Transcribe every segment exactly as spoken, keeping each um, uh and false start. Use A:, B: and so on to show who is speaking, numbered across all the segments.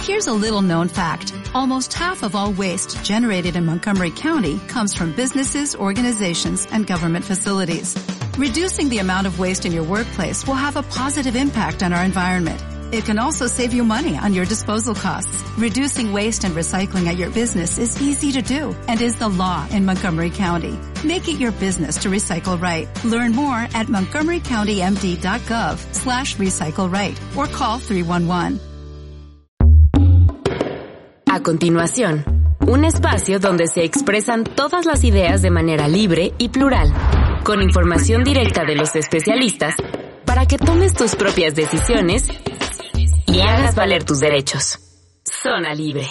A: Here's a little known fact. Almost half of all waste generated in Montgomery County comes from businesses, organizations, and government facilities. Reducing the amount of waste in your workplace will have a positive impact on our environment. It can also save you money on your disposal costs. Reducing waste and recycling at your business is easy to do and is the law in Montgomery County. Make it your business to recycle right. Learn more at montgomerycountymd.gov slash recycle right or call three one one.
B: A continuación, un espacio donde se expresan todas las ideas de manera libre y plural, con información directa de los especialistas para que tomes tus propias decisiones y hagas valer tus derechos. Zona Libre.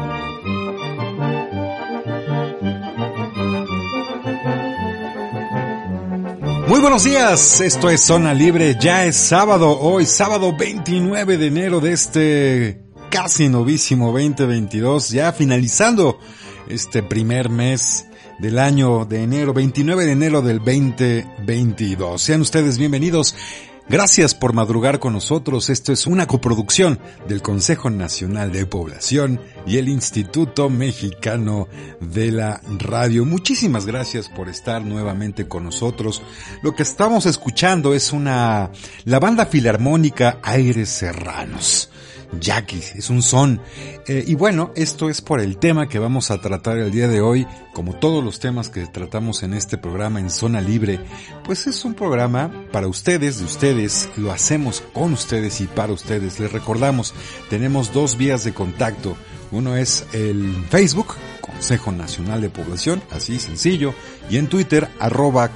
C: Muy buenos días, esto es Zona Libre, ya es sábado, hoy sábado veintinueve de enero de este casi novísimo veinte veintidós, ya finalizando este primer mes del año de enero, veintinueve de enero del veinte veintidós. Sean ustedes bienvenidos. Gracias por madrugar con nosotros. Esto es una coproducción del Consejo Nacional de Población y el Instituto Mexicano de la Radio. Muchísimas gracias por estar nuevamente con nosotros. Lo que estamos escuchando es una, la banda filarmónica Aires Serranos. Yaquis, es un son. Eh, y bueno, esto es por el tema que vamos a tratar el día de hoy. Como todos los temas que tratamos en este programa en Zona Libre, pues es un programa para ustedes, de ustedes, lo hacemos con ustedes y para ustedes. Les recordamos, tenemos dos vías de contacto. Uno es el Facebook, Consejo Nacional de Población, así sencillo, y en Twitter, arroba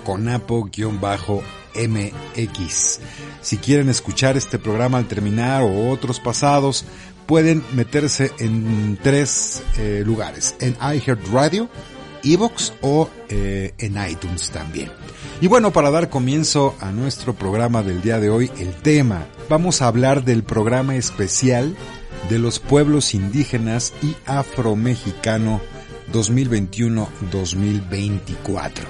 C: conapo-M X. Si quieren escuchar este programa al terminar o otros pasados, pueden meterse en tres eh, lugares, en iHeartRadio, iVoox o eh, en iTunes también. Y bueno, para dar comienzo a nuestro programa del día de hoy, el tema, vamos a hablar del programa especial de los pueblos indígenas y afromexicano dos mil veintiuno dos mil veinticuatro.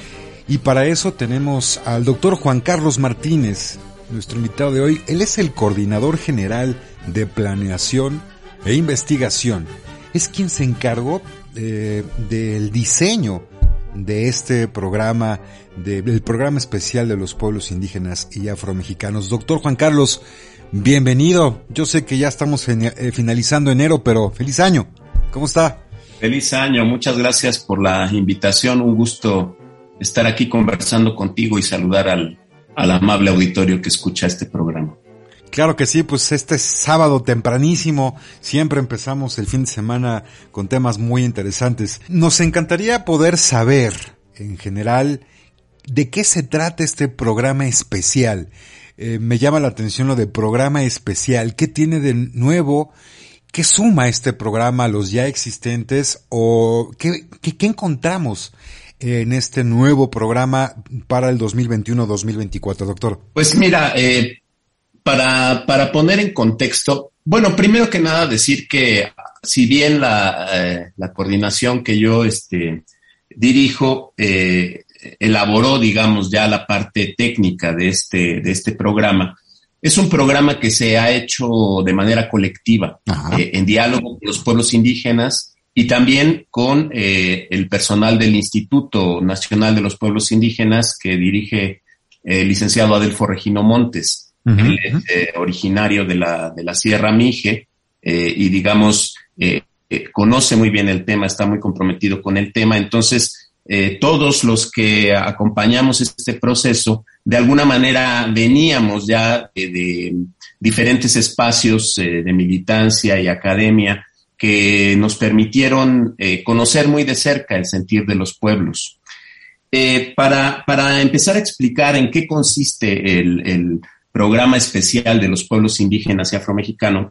C: Y para eso tenemos al doctor Juan Carlos Martínez, nuestro invitado de hoy. Él es el coordinador general de planeación e investigación. Es quien se encargó eh, del diseño de este programa, de, del programa especial de los pueblos indígenas y afromexicanos. Doctor Juan Carlos, bienvenido. Yo sé que ya estamos en, eh, finalizando enero, pero feliz año. ¿Cómo está?
D: Feliz año. Muchas gracias por la invitación. Un gusto estar aquí conversando contigo y saludar al, al amable auditorio que escucha este programa.
C: Claro que sí, pues este sábado tempranísimo, siempre empezamos el fin de semana con temas muy interesantes. Nos encantaría poder saber, en general, de qué se trata este programa especial. Eh, me llama la atención lo de programa especial. ¿Qué tiene de nuevo? ¿Qué suma este programa a los ya existentes? ¿O qué, qué, qué encontramos en este nuevo programa para el dos mil veintiuno dos mil veinticuatro, doctor?
D: Pues mira, eh, para, para poner en contexto, bueno, primero que nada decir que si bien la, eh, la coordinación que yo este, dirijo eh, elaboró, digamos, ya la parte técnica de este, de este programa, es un programa que se ha hecho de manera colectiva, eh, en diálogo con los pueblos indígenas y también con eh, el personal del Instituto Nacional de los Pueblos Indígenas que dirige el licenciado Adelfo Regino Montes. Uh-huh. Él es eh, originario de la, de la Sierra Mije eh, y, digamos, eh, eh, conoce muy bien el tema, está muy comprometido con el tema. Entonces, eh, todos los que acompañamos este proceso, de alguna manera veníamos ya de, de diferentes espacios eh, de militancia y academia que nos permitieron eh, conocer muy de cerca el sentir de los pueblos. Eh, para, para empezar a explicar en qué consiste el, el programa especial de los pueblos indígenas y afromexicanos,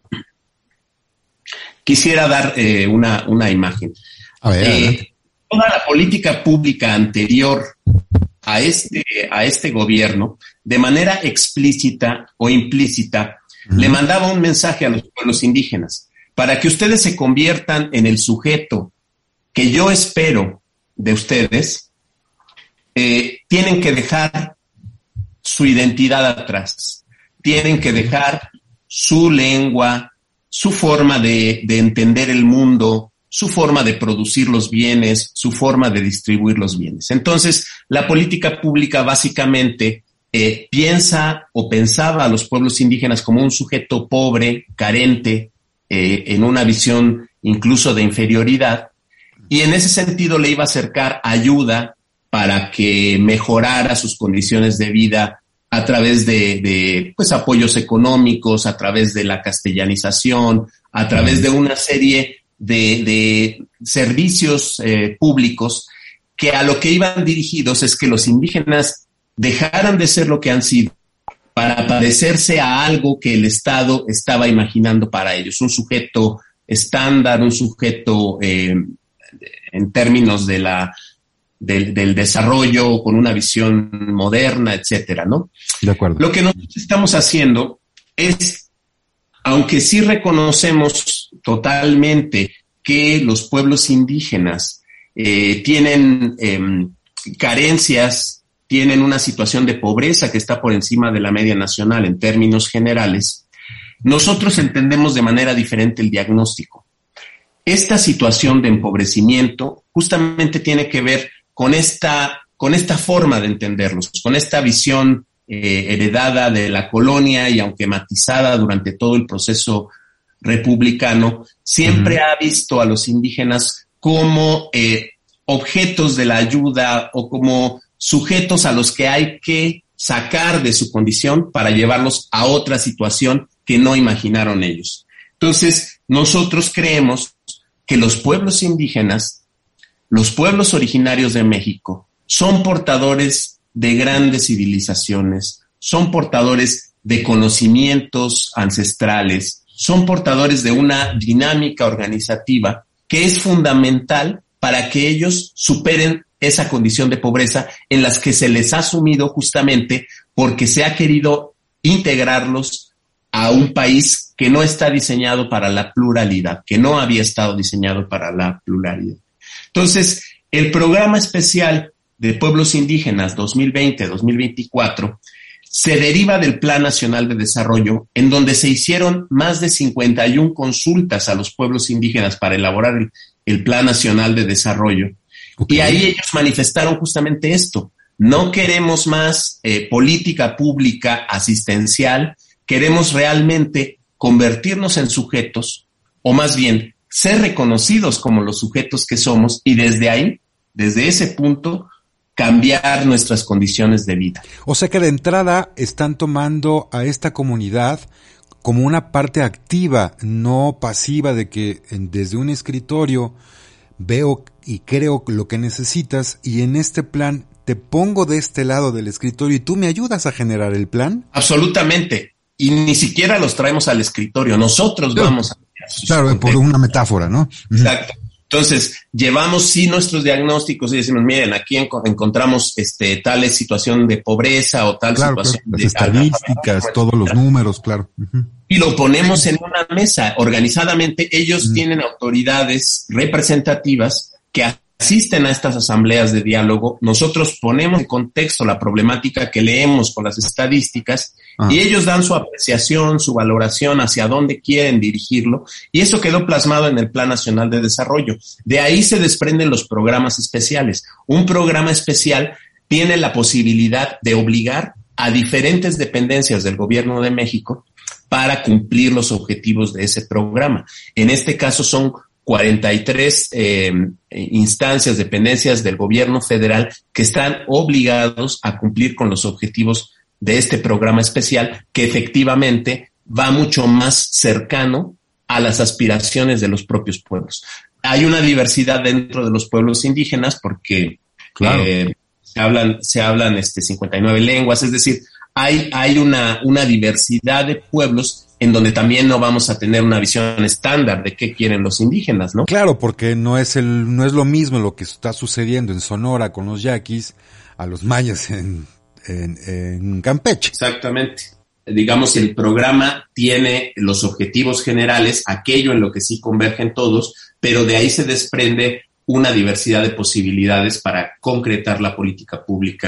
D: quisiera dar eh, una, una imagen.
C: A ver,
D: eh, toda la política pública anterior a este, a este gobierno, de manera explícita o implícita, uh-huh. le mandaba un mensaje a los pueblos indígenas. Para que ustedes se conviertan en el sujeto que yo espero de ustedes, eh, tienen que dejar su identidad atrás, tienen que dejar su lengua, su forma de, de entender el mundo, su forma de producir los bienes, su forma de distribuir los bienes. Entonces, la política pública básicamente eh, piensa o pensaba a los pueblos indígenas como un sujeto pobre, carente, eh, en una visión incluso de inferioridad, y en ese sentido le iba a acercar ayuda para que mejorara sus condiciones de vida a través de, de pues, apoyos económicos, a través de la castellanización, a través de una serie de, de servicios eh, públicos que a lo que iban dirigidos es que los indígenas dejaran de ser lo que han sido para parecerse a algo que el Estado estaba imaginando para ellos, un sujeto estándar, un sujeto eh, en términos de la Del, del desarrollo, con una visión moderna, etcétera, ¿no?
C: De acuerdo.
D: Lo que nosotros estamos haciendo es, aunque sí reconocemos totalmente que los pueblos indígenas eh, tienen eh, carencias, tienen una situación de pobreza que está por encima de la media nacional en términos generales, nosotros entendemos de manera diferente el diagnóstico. Esta situación de empobrecimiento justamente tiene que ver con esta, con esta forma de entenderlos, con esta visión eh, heredada de la colonia y aunque matizada durante todo el proceso republicano, siempre uh-huh. ha visto a los indígenas como eh, objetos de la ayuda o como sujetos a los que hay que sacar de su condición para llevarlos a otra situación que no imaginaron ellos. Entonces, nosotros creemos que los pueblos indígenas, los pueblos originarios de México, son portadores de grandes civilizaciones, son portadores de conocimientos ancestrales, son portadores de una dinámica organizativa que es fundamental para que ellos superen esa condición de pobreza en las que se les ha sumido justamente porque se ha querido integrarlos a un país que no está diseñado para la pluralidad, que no había estado diseñado para la pluralidad. Entonces, el programa especial de pueblos indígenas dos mil veinte a dos mil veinticuatro se deriva del Plan Nacional de Desarrollo, en donde se hicieron más de cincuenta y una consultas a los pueblos indígenas para elaborar el, el Plan Nacional de Desarrollo. Okay. Y ahí ellos manifestaron justamente esto. No queremos más eh, política pública asistencial, queremos realmente convertirnos en sujetos, o más bien ser reconocidos como los sujetos que somos y desde ahí, desde ese punto, cambiar nuestras condiciones de vida.
C: O sea que de entrada están tomando a esta comunidad como una parte activa, no pasiva, de que desde un escritorio veo y creo lo que necesitas y en este plan te pongo de este lado del escritorio y tú me ayudas a generar el plan.
D: Absolutamente. Y ni siquiera los traemos al escritorio, nosotros sí. vamos a...
C: Claro, por una metáfora, ¿no?
D: Exacto. Entonces, llevamos sí nuestros diagnósticos y decimos, miren, aquí en, encontramos este tal situación de pobreza o tal
C: claro,
D: situación
C: claro,
D: de...
C: Las estadísticas, tal, todos los números, claro. Uh-huh.
D: Y lo ponemos en una mesa. Organizadamente, ellos uh-huh. tienen autoridades representativas que asisten a estas asambleas de diálogo. Nosotros ponemos en contexto la problemática que leemos con las estadísticas ah. y ellos dan su apreciación, su valoración hacia dónde quieren dirigirlo, y eso quedó plasmado en el Plan Nacional de Desarrollo. De ahí se desprenden los programas especiales. Un programa especial tiene la posibilidad de obligar a diferentes dependencias del Gobierno de México para cumplir los objetivos de ese programa. En este caso son cuarenta y tres eh, instancias, dependencias del gobierno federal que están obligados a cumplir con los objetivos de este programa especial, que efectivamente va mucho más cercano a las aspiraciones de los propios pueblos. Hay una diversidad dentro de los pueblos indígenas porque claro. eh, se hablan, se hablan este, cincuenta y nueve lenguas, es decir, hay, hay una, una diversidad de pueblos en donde también no vamos a tener una visión estándar de qué quieren los indígenas, ¿no?
C: Claro, porque no es el, no es lo mismo lo que está sucediendo en Sonora con los yaquis a los mayas en, en, en Campeche.
D: Exactamente. Digamos, el programa tiene los objetivos generales, aquello en lo que sí convergen todos, pero de ahí se desprende una diversidad de posibilidades para concretar la política pública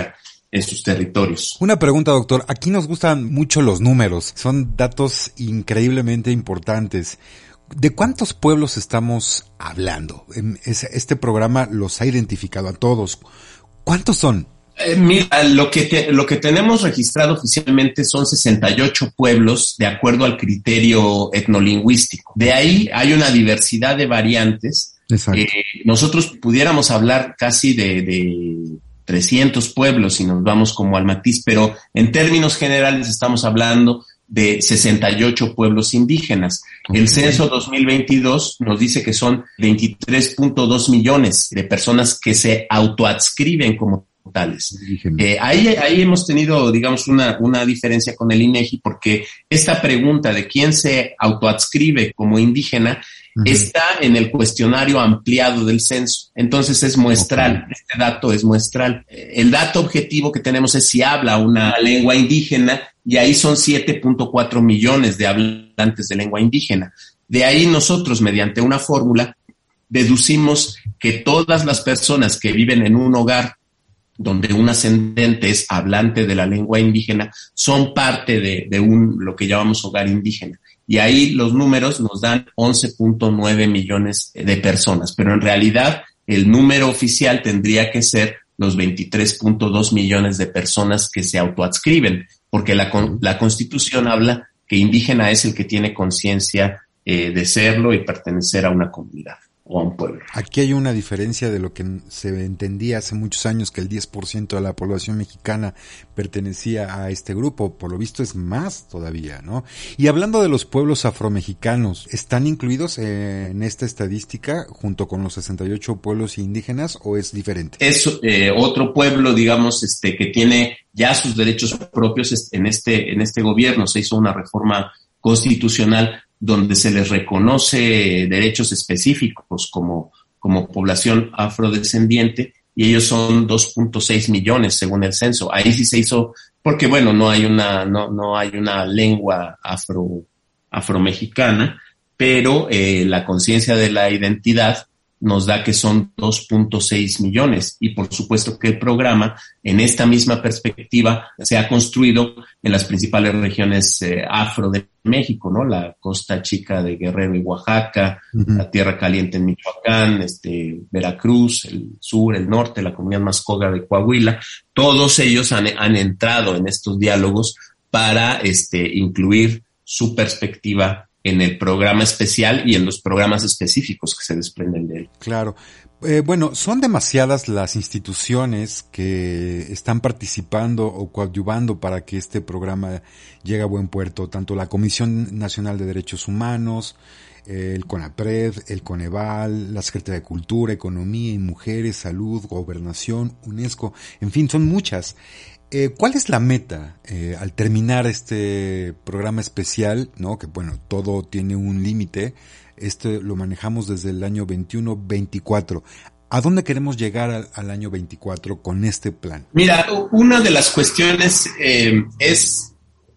D: en sus territorios.
C: Una pregunta, doctor. Aquí nos gustan mucho los números. Son datos increíblemente importantes. ¿De cuántos pueblos estamos hablando? Este programa los ha identificado a todos. ¿Cuántos son?
D: Eh, mira, lo que te, lo que tenemos registrado oficialmente son sesenta y ocho pueblos de acuerdo al criterio etnolingüístico. De ahí hay una diversidad de variantes. Exacto. Eh, nosotros pudiéramos hablar casi de, de trescientos pueblos si nos vamos como al matiz, pero en términos generales estamos hablando de sesenta y ocho pueblos indígenas. Okay. El censo dos mil veintidós nos dice que son veintitrés punto dos millones de personas que se autoadscriben como tales. Eh, ahí, ahí hemos tenido, digamos, una, una diferencia con el INEGI, porque esta pregunta de quién se autoadscribe como indígena uh-huh. está en el cuestionario ampliado del censo. Entonces es muestral, okay. este dato es muestral. El dato objetivo que tenemos es si habla una lengua indígena, y ahí son siete punto cuatro millones de hablantes de lengua indígena. De ahí nosotros, mediante una fórmula, deducimos que todas las personas que viven en un hogar donde un ascendente es hablante de la lengua indígena, son parte de, de un, lo que llamamos hogar indígena. Y ahí los números nos dan once punto nueve millones de personas, pero en realidad el número oficial tendría que ser los veintitrés punto dos millones de personas que se autoadscriben, porque la, la Constitución habla que indígena es el que tiene conciencia eh, de serlo y pertenecer a una comunidad o a un pueblo.
C: Aquí hay una diferencia de lo que se entendía hace muchos años, que el diez por ciento de la población mexicana pertenecía a este grupo. Por lo visto es más todavía, ¿no? Y hablando de los pueblos afromexicanos, ¿están incluidos eh, en esta estadística junto con los sesenta y ocho pueblos indígenas o es diferente?
D: Es eh, otro pueblo, digamos, este que tiene ya sus derechos propios en este, en este gobierno. Se hizo una reforma constitucional donde se les reconoce derechos específicos como, como población afrodescendiente, y ellos son dos punto seis millones según el censo. Ahí sí se hizo, porque bueno, no hay una, no, no hay una lengua afro, afromexicana, pero eh, la conciencia de la identidad nos da que son dos punto seis millones, y por supuesto que el programa en esta misma perspectiva se ha construido en las principales regiones eh, afro de México, ¿no? La Costa Chica de Guerrero y Oaxaca, uh-huh. la Tierra Caliente en Michoacán, este, Veracruz, el sur, el norte, la comunidad Mascoga de Coahuila. Todos ellos han, han entrado en estos diálogos para este, incluir su perspectiva en el programa especial y en los programas específicos que se desprenden de él.
C: Claro. Eh, bueno, son demasiadas las instituciones que están participando o coadyuvando para que este programa llegue a buen puerto, tanto la Comisión Nacional de Derechos Humanos, eh, el CONAPRED, el Coneval, la Secretaría de Cultura, Economía y Mujeres, Salud, Gobernación, UNESCO, en fin, son muchas. Eh, ¿Cuál es la meta eh, al terminar este programa especial, no? Que bueno, todo tiene un límite. Este lo manejamos desde el año veintiuno veinticuatro. ¿A dónde queremos llegar al, al año veinticuatro con este plan?
D: Mira, una de las cuestiones eh, es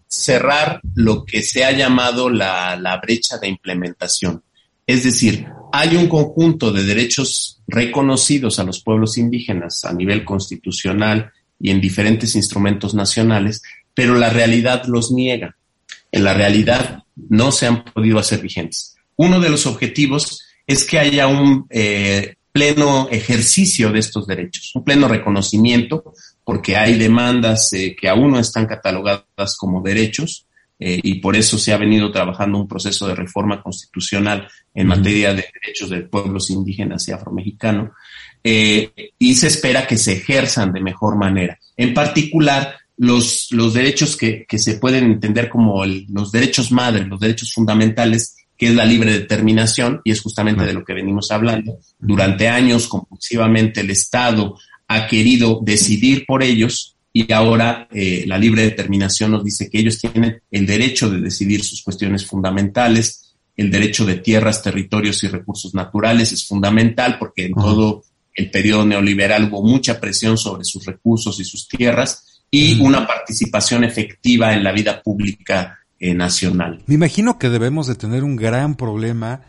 D: cerrar lo que se ha llamado la, la brecha de implementación. Es decir, hay un conjunto de derechos reconocidos a los pueblos indígenas a nivel constitucional y en diferentes instrumentos nacionales, pero la realidad los niega. En la realidad no se han podido hacer vigentes. Uno de los objetivos es que haya un eh, pleno ejercicio de estos derechos, un pleno reconocimiento, porque hay demandas eh, que aún no están catalogadas como derechos, eh, y por eso se ha venido trabajando un proceso de reforma constitucional en uh-huh. materia de derechos de pueblos indígenas y afromexicanos. Eh, y se espera que se ejerzan de mejor manera. En particular, los, los derechos que, que se pueden entender como el, los derechos madre, los derechos fundamentales, que es la libre determinación, y es justamente de lo que venimos hablando. Durante años, compulsivamente, el Estado ha querido decidir por ellos, y ahora eh, la libre determinación nos dice que ellos tienen el derecho de decidir sus cuestiones fundamentales. El derecho de tierras, territorios y recursos naturales es fundamental, porque en uh-huh. todo el periodo neoliberal hubo mucha presión sobre sus recursos y sus tierras, y uh-huh. una participación efectiva en la vida pública eh, nacional.
C: Me imagino que debemos de tener un gran problema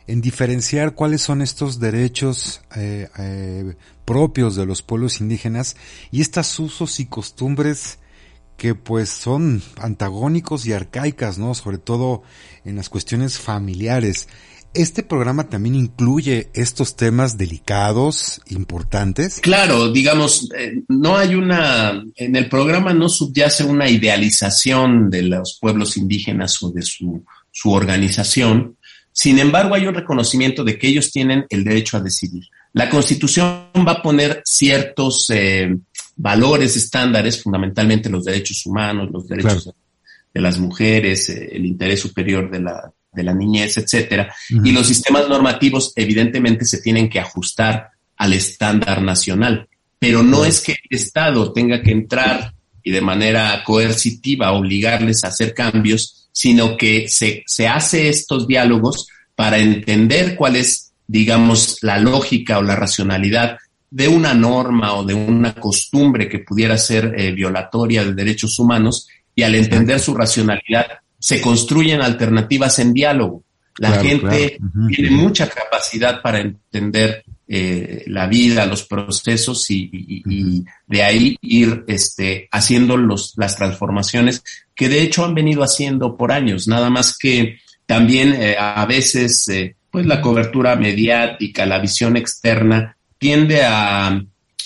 C: en diferenciar cuáles son estos derechos eh, eh, propios de los pueblos indígenas y estos usos y costumbres que pues son antagónicos y arcaicas, ¿no? Sobre todo en las cuestiones familiares. ¿Este programa también incluye estos temas delicados, importantes?
D: Claro, digamos, eh, no hay una, en el programa no subyace una idealización de los pueblos indígenas o de su, su organización. Sin embargo, hay un reconocimiento de que ellos tienen el derecho a decidir. La Constitución va a poner ciertos eh, valores, estándares, fundamentalmente los derechos humanos, los derechos claro. de, de las mujeres, eh, el interés superior de la de la niñez, etcétera, uh-huh. y los sistemas normativos evidentemente se tienen que ajustar al estándar nacional, pero no uh-huh. es que el Estado tenga que entrar y de manera coercitiva obligarles a hacer cambios, sino que se, se hace estos diálogos para entender cuál es, digamos, la lógica o la racionalidad de una norma o de una costumbre que pudiera ser eh, violatoria de derechos humanos, y al entender su racionalidad se construyen alternativas en diálogo. La claro, gente claro. Uh-huh. tiene mucha capacidad para entender eh, la vida, los procesos y, y, uh-huh. y de ahí ir este, haciendo los, las transformaciones que de hecho han venido haciendo por años. Nada más que también eh, a veces eh, pues la cobertura mediática, la visión externa tiende a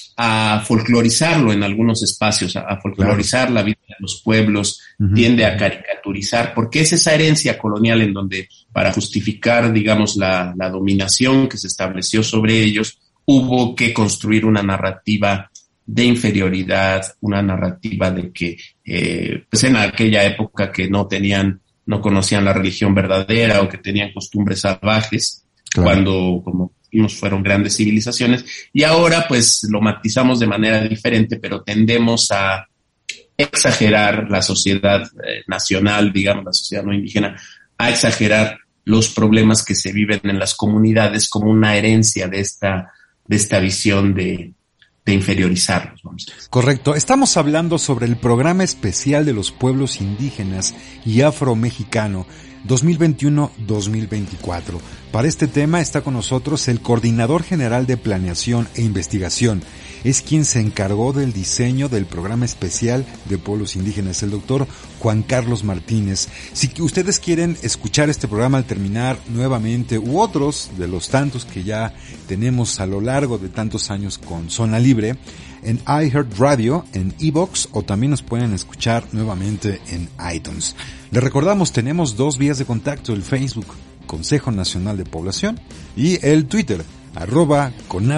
D: a folclorizarlo en algunos espacios, a, a folclorizar claro. la vida de los pueblos, uh-huh. tiende a caricaturizar, porque es esa herencia colonial en donde, para justificar, digamos, la, la dominación que se estableció sobre ellos, hubo que construir una narrativa de inferioridad, una narrativa de que, eh, pues en aquella época que no tenían, no conocían la religión verdadera o que tenían costumbres salvajes, claro. cuando, como fueron grandes civilizaciones, y ahora pues lo matizamos de manera diferente, pero tendemos a exagerar la sociedad eh, nacional, digamos, la sociedad no indígena, a exagerar los problemas que se viven en las comunidades como una herencia de esta, de esta visión de, de inferiorizarlos, vamos a decir.
C: Correcto. Estamos hablando sobre el programa especial de los pueblos indígenas y afromexicano dos mil veintiuno a dos mil veinticuatro. Para este tema está con nosotros el Coordinador General de Planeación e Investigación. Es quien se encargó del diseño del programa especial de pueblos indígenas, el doctor Juan Carlos Martínez. Si ustedes quieren escuchar este programa al terminar nuevamente, u otros de los tantos que ya tenemos a lo largo de tantos años con Zona Libre, en iHeartRadio, en iVoox, o también nos pueden escuchar nuevamente en iTunes. Les recordamos, tenemos dos vías de contacto: el Facebook, Consejo Nacional de Población, y el Twitter, arroba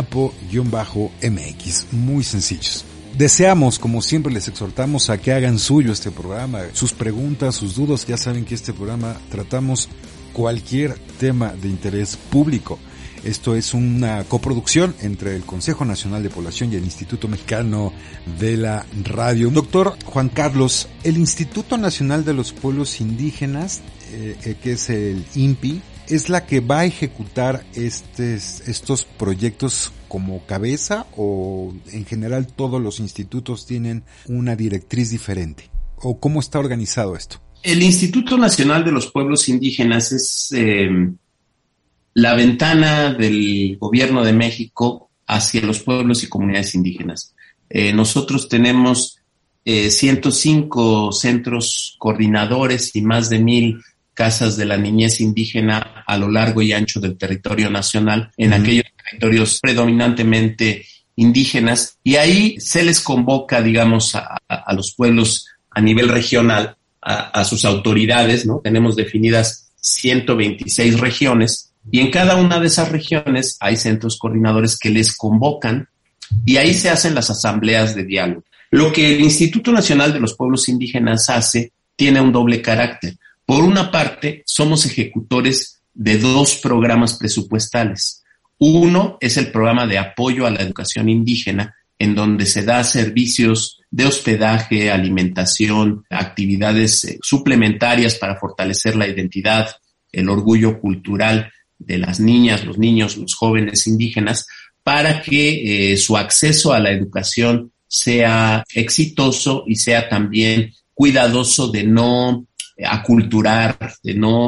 C: conapo-M X. Muy sencillos. Deseamos, como siempre, les exhortamos a que hagan suyo este programa, sus preguntas, sus dudas. Ya saben que este programa tratamos cualquier tema de interés público. Esto es una coproducción entre el Consejo Nacional de Población y el Instituto Mexicano de la Radio. Doctor Juan Carlos, el Instituto Nacional de los Pueblos Indígenas, eh, que es el I N P I, ¿es la que va a ejecutar estes, estos proyectos como cabeza, o en general todos los institutos tienen una directriz diferente? ¿O cómo está organizado esto?
D: El Instituto Nacional de los Pueblos Indígenas es eh, la ventana del Gobierno de México hacia los pueblos y comunidades indígenas. Eh, nosotros tenemos eh, ciento cinco centros coordinadores y más de mil casas de la niñez indígena a lo largo y ancho del territorio nacional, en uh-huh. aquellos territorios predominantemente indígenas, y ahí se les convoca, digamos, a, a, a los pueblos a nivel regional, a, a sus autoridades, ¿no? Tenemos definidas ciento veintiséis regiones, y en cada una de esas regiones hay centros coordinadores que les convocan, y ahí se hacen las asambleas de diálogo. Lo que el Instituto Nacional de los Pueblos Indígenas hace tiene un doble carácter. Por una parte, somos ejecutores de dos programas presupuestales. Uno es el programa de apoyo a la educación indígena, en donde se da servicios de hospedaje, alimentación, actividades eh, suplementarias para fortalecer la identidad, el orgullo cultural de las niñas, los niños, los jóvenes indígenas, para que eh, su acceso a la educación sea exitoso y sea también cuidadoso de no aculturar, de no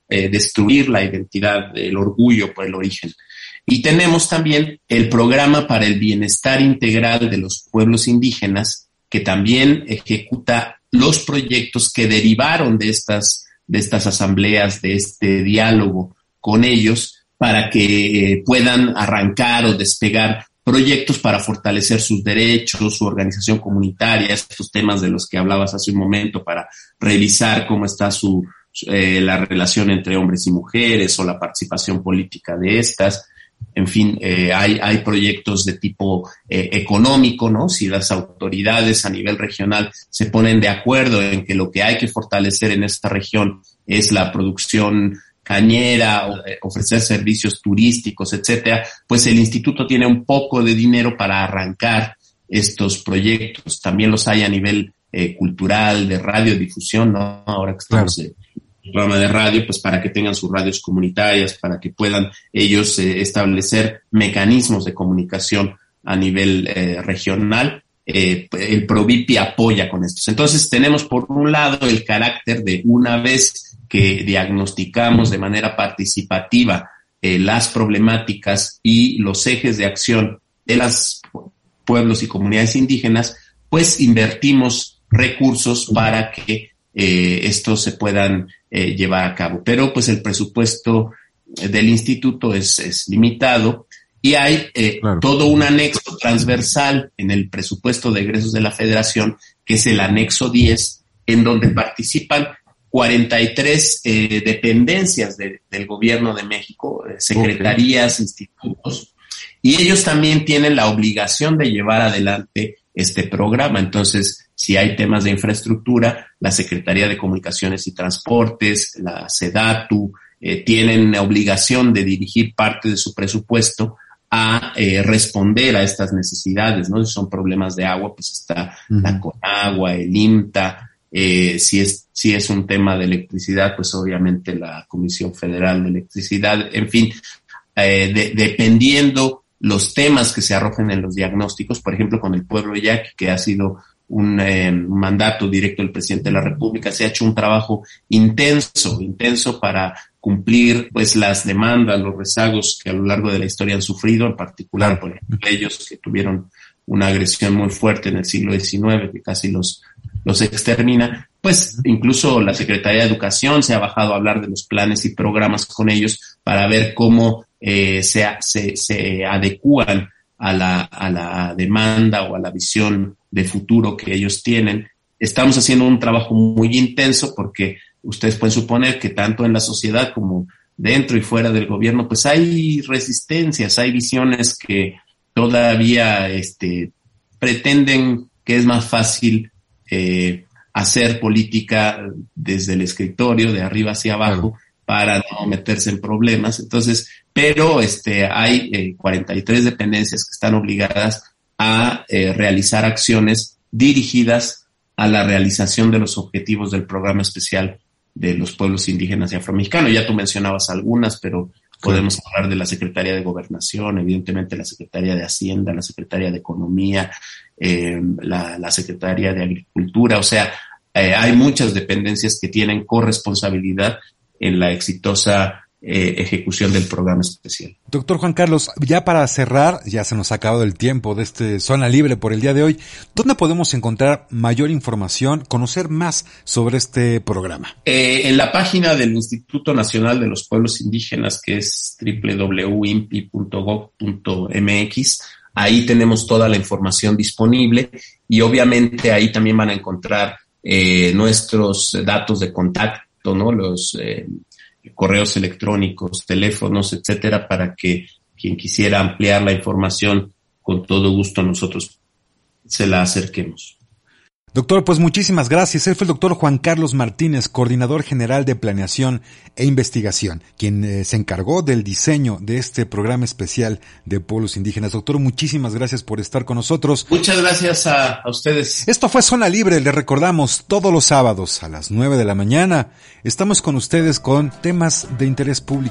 D: eh, destruir la identidad, el orgullo por el origen. Y tenemos también el programa para el bienestar integral de los pueblos indígenas, que también ejecuta los proyectos que derivaron de estas, de estas asambleas, de este diálogo con ellos, para que eh, puedan arrancar o despegar proyectos para fortalecer sus derechos, su organización comunitaria, estos temas de los que hablabas hace un momento, para revisar cómo está su, eh, la relación entre hombres y mujeres o la participación política de estas. En fin, eh, hay, hay proyectos de tipo eh, económico, ¿no? Si las autoridades a nivel regional se ponen de acuerdo en que lo que hay que fortalecer en esta región es la producción cañera, ofrecer servicios turísticos, etcétera, pues el instituto tiene un poco de dinero para arrancar estos proyectos. También los hay a nivel eh, cultural, de radiodifusión, ¿no? Ahora que estamos en el programa de radio, pues para que tengan sus radios comunitarias, para que puedan ellos eh, establecer mecanismos de comunicación a nivel eh, regional. Eh, el Provipi apoya con estos. Entonces tenemos por un lado el carácter de una vez que diagnosticamos de manera participativa eh, las problemáticas y los ejes de acción de los pueblos y comunidades indígenas, pues invertimos recursos para que eh, estos se puedan eh, llevar a cabo. Pero pues el presupuesto del instituto es, es limitado y hay eh, claro. todo un anexo transversal en el presupuesto de egresos de la Federación, que es el anexo diez, en donde participan cuarenta y tres eh, dependencias de, del gobierno de México, eh, secretarías, okay. institutos, y ellos también tienen la obligación de llevar adelante este programa. Entonces, si hay temas de infraestructura, la Secretaría de Comunicaciones y Transportes, la SEDATU, eh, tienen la obligación de dirigir parte de su presupuesto a eh, responder a estas necesidades, ¿no? Si son problemas de agua, pues está uh-huh. la CONAGUA, el IMTA. Eh, si es si es un tema de electricidad, pues obviamente la Comisión Federal de Electricidad. En fin, eh, de, dependiendo los temas que se arrojen en los diagnósticos, por ejemplo, con el pueblo yaqui, que ha sido un eh, mandato directo del presidente de la República, se ha hecho un trabajo intenso, intenso para cumplir pues las demandas, los rezagos que a lo largo de la historia han sufrido, en particular, por ejemplo, ellos que tuvieron una agresión muy fuerte en el siglo diecinueve, que casi los los extermina. Pues incluso la Secretaría de Educación se ha bajado a hablar de los planes y programas con ellos para ver cómo eh, se, se, se adecúan a la, a la demanda o a la visión de futuro que ellos tienen. Estamos haciendo un trabajo muy intenso porque ustedes pueden suponer que tanto en la sociedad como dentro y fuera del gobierno, pues hay resistencias, hay visiones que todavía este, pretenden que es más fácil Eh, hacer política desde el escritorio, de arriba hacia abajo, para no meterse en problemas. Entonces, pero este hay eh, cuarenta y tres dependencias que están obligadas a eh, realizar acciones dirigidas a la realización de los objetivos del programa especial de los pueblos indígenas y afromexicanos. Ya tú mencionabas algunas, pero podemos sí. hablar de la Secretaría de Gobernación, evidentemente la Secretaría de Hacienda, la Secretaría de Economía, eh, la, la Secretaría de Agricultura. O sea, eh, hay muchas dependencias que tienen corresponsabilidad en la exitosa eh, ejecución del programa especial.
C: Doctor Juan Carlos, ya para cerrar, ya se nos ha acabado el tiempo de este Zona Libre por el día de hoy. ¿Dónde podemos encontrar mayor información, conocer más sobre este programa?
D: Eh, en la página del Instituto Nacional de los Pueblos Indígenas, que es doble u doble u doble u punto i n p i punto gov punto m x, ahí tenemos toda la información disponible y obviamente ahí también van a encontrar eh, nuestros datos de contacto, ¿no? Los eh, correos electrónicos, teléfonos, etcétera, para que quien quisiera ampliar la información, con todo gusto nosotros se la acerquemos.
C: Doctor, pues muchísimas gracias. Él fue el doctor Juan Carlos Martínez, coordinador general de Planeación e Investigación, quien eh, se encargó del diseño de este programa especial de pueblos indígenas. Doctor, muchísimas gracias por estar con nosotros.
D: Muchas gracias a, a ustedes.
C: Esto fue Zona Libre, les recordamos, todos los sábados a las nueve de la mañana. Estamos con ustedes con temas de interés público,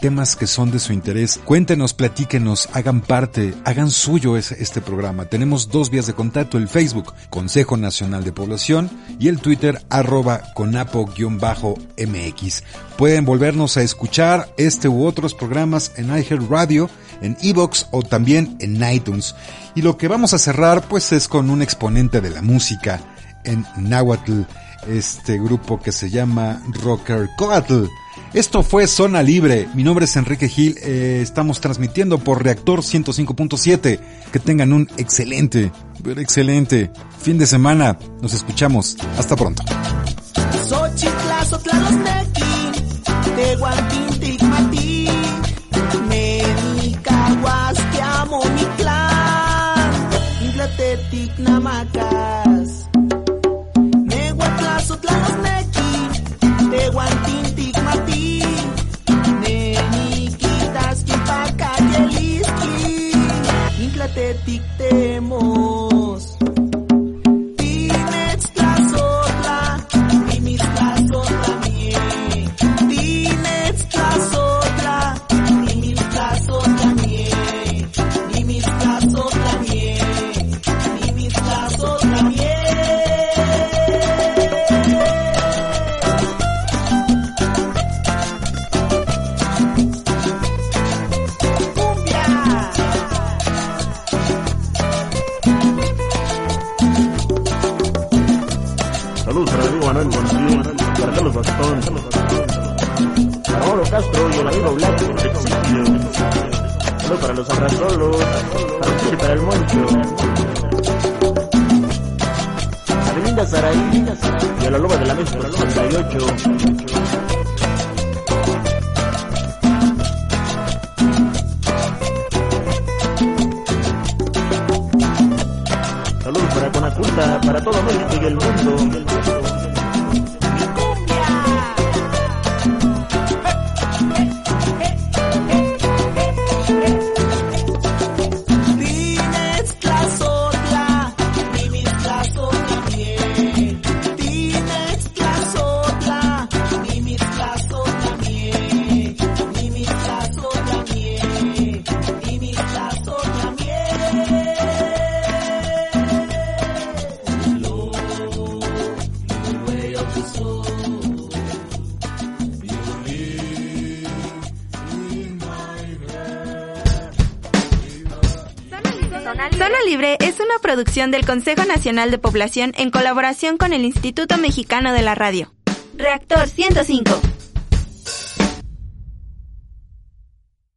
C: temas que son de su interés. Cuéntenos, platíquenos, hagan parte, hagan suyo este programa. Tenemos dos vías de contacto, el Facebook, Consejo Nacional de Población, y el Twitter, arroba conapo-M X. Pueden volvernos a escuchar este u otros programas en iHeartRadio, en iVoox o también en iTunes. Y lo que vamos a cerrar pues es con un exponente de la música en náhuatl, este grupo que se llama Rockercoatl. Esto fue Zona Libre. Mi nombre es Enrique Gil. Eh, estamos transmitiendo por Reactor ciento cinco punto siete. Que tengan un excelente, pero excelente fin de semana. Nos escuchamos. Hasta pronto.
E: Temos Tinex Tlazotla, Timis Tlazotla mie. Tinex Tlazotla, Timis Tlazotla mie. Timis Tlazotla mie. Timis Tlazotla mie.
F: Saludos para el amigo Manuel González, para Carlos Bastón, para Mauro Castro y el amigo Black. Saludos para los abrazolos, para usted y para el Moncho, a Belinda Saraí y a la Loba de la Mesa noventa y ocho. Saludos para Conaculta, para todo México y el mundo.
G: Zona Libre es una producción del Consejo Nacional de Población en colaboración con el Instituto Mexicano de la Radio. Reactor ciento cinco.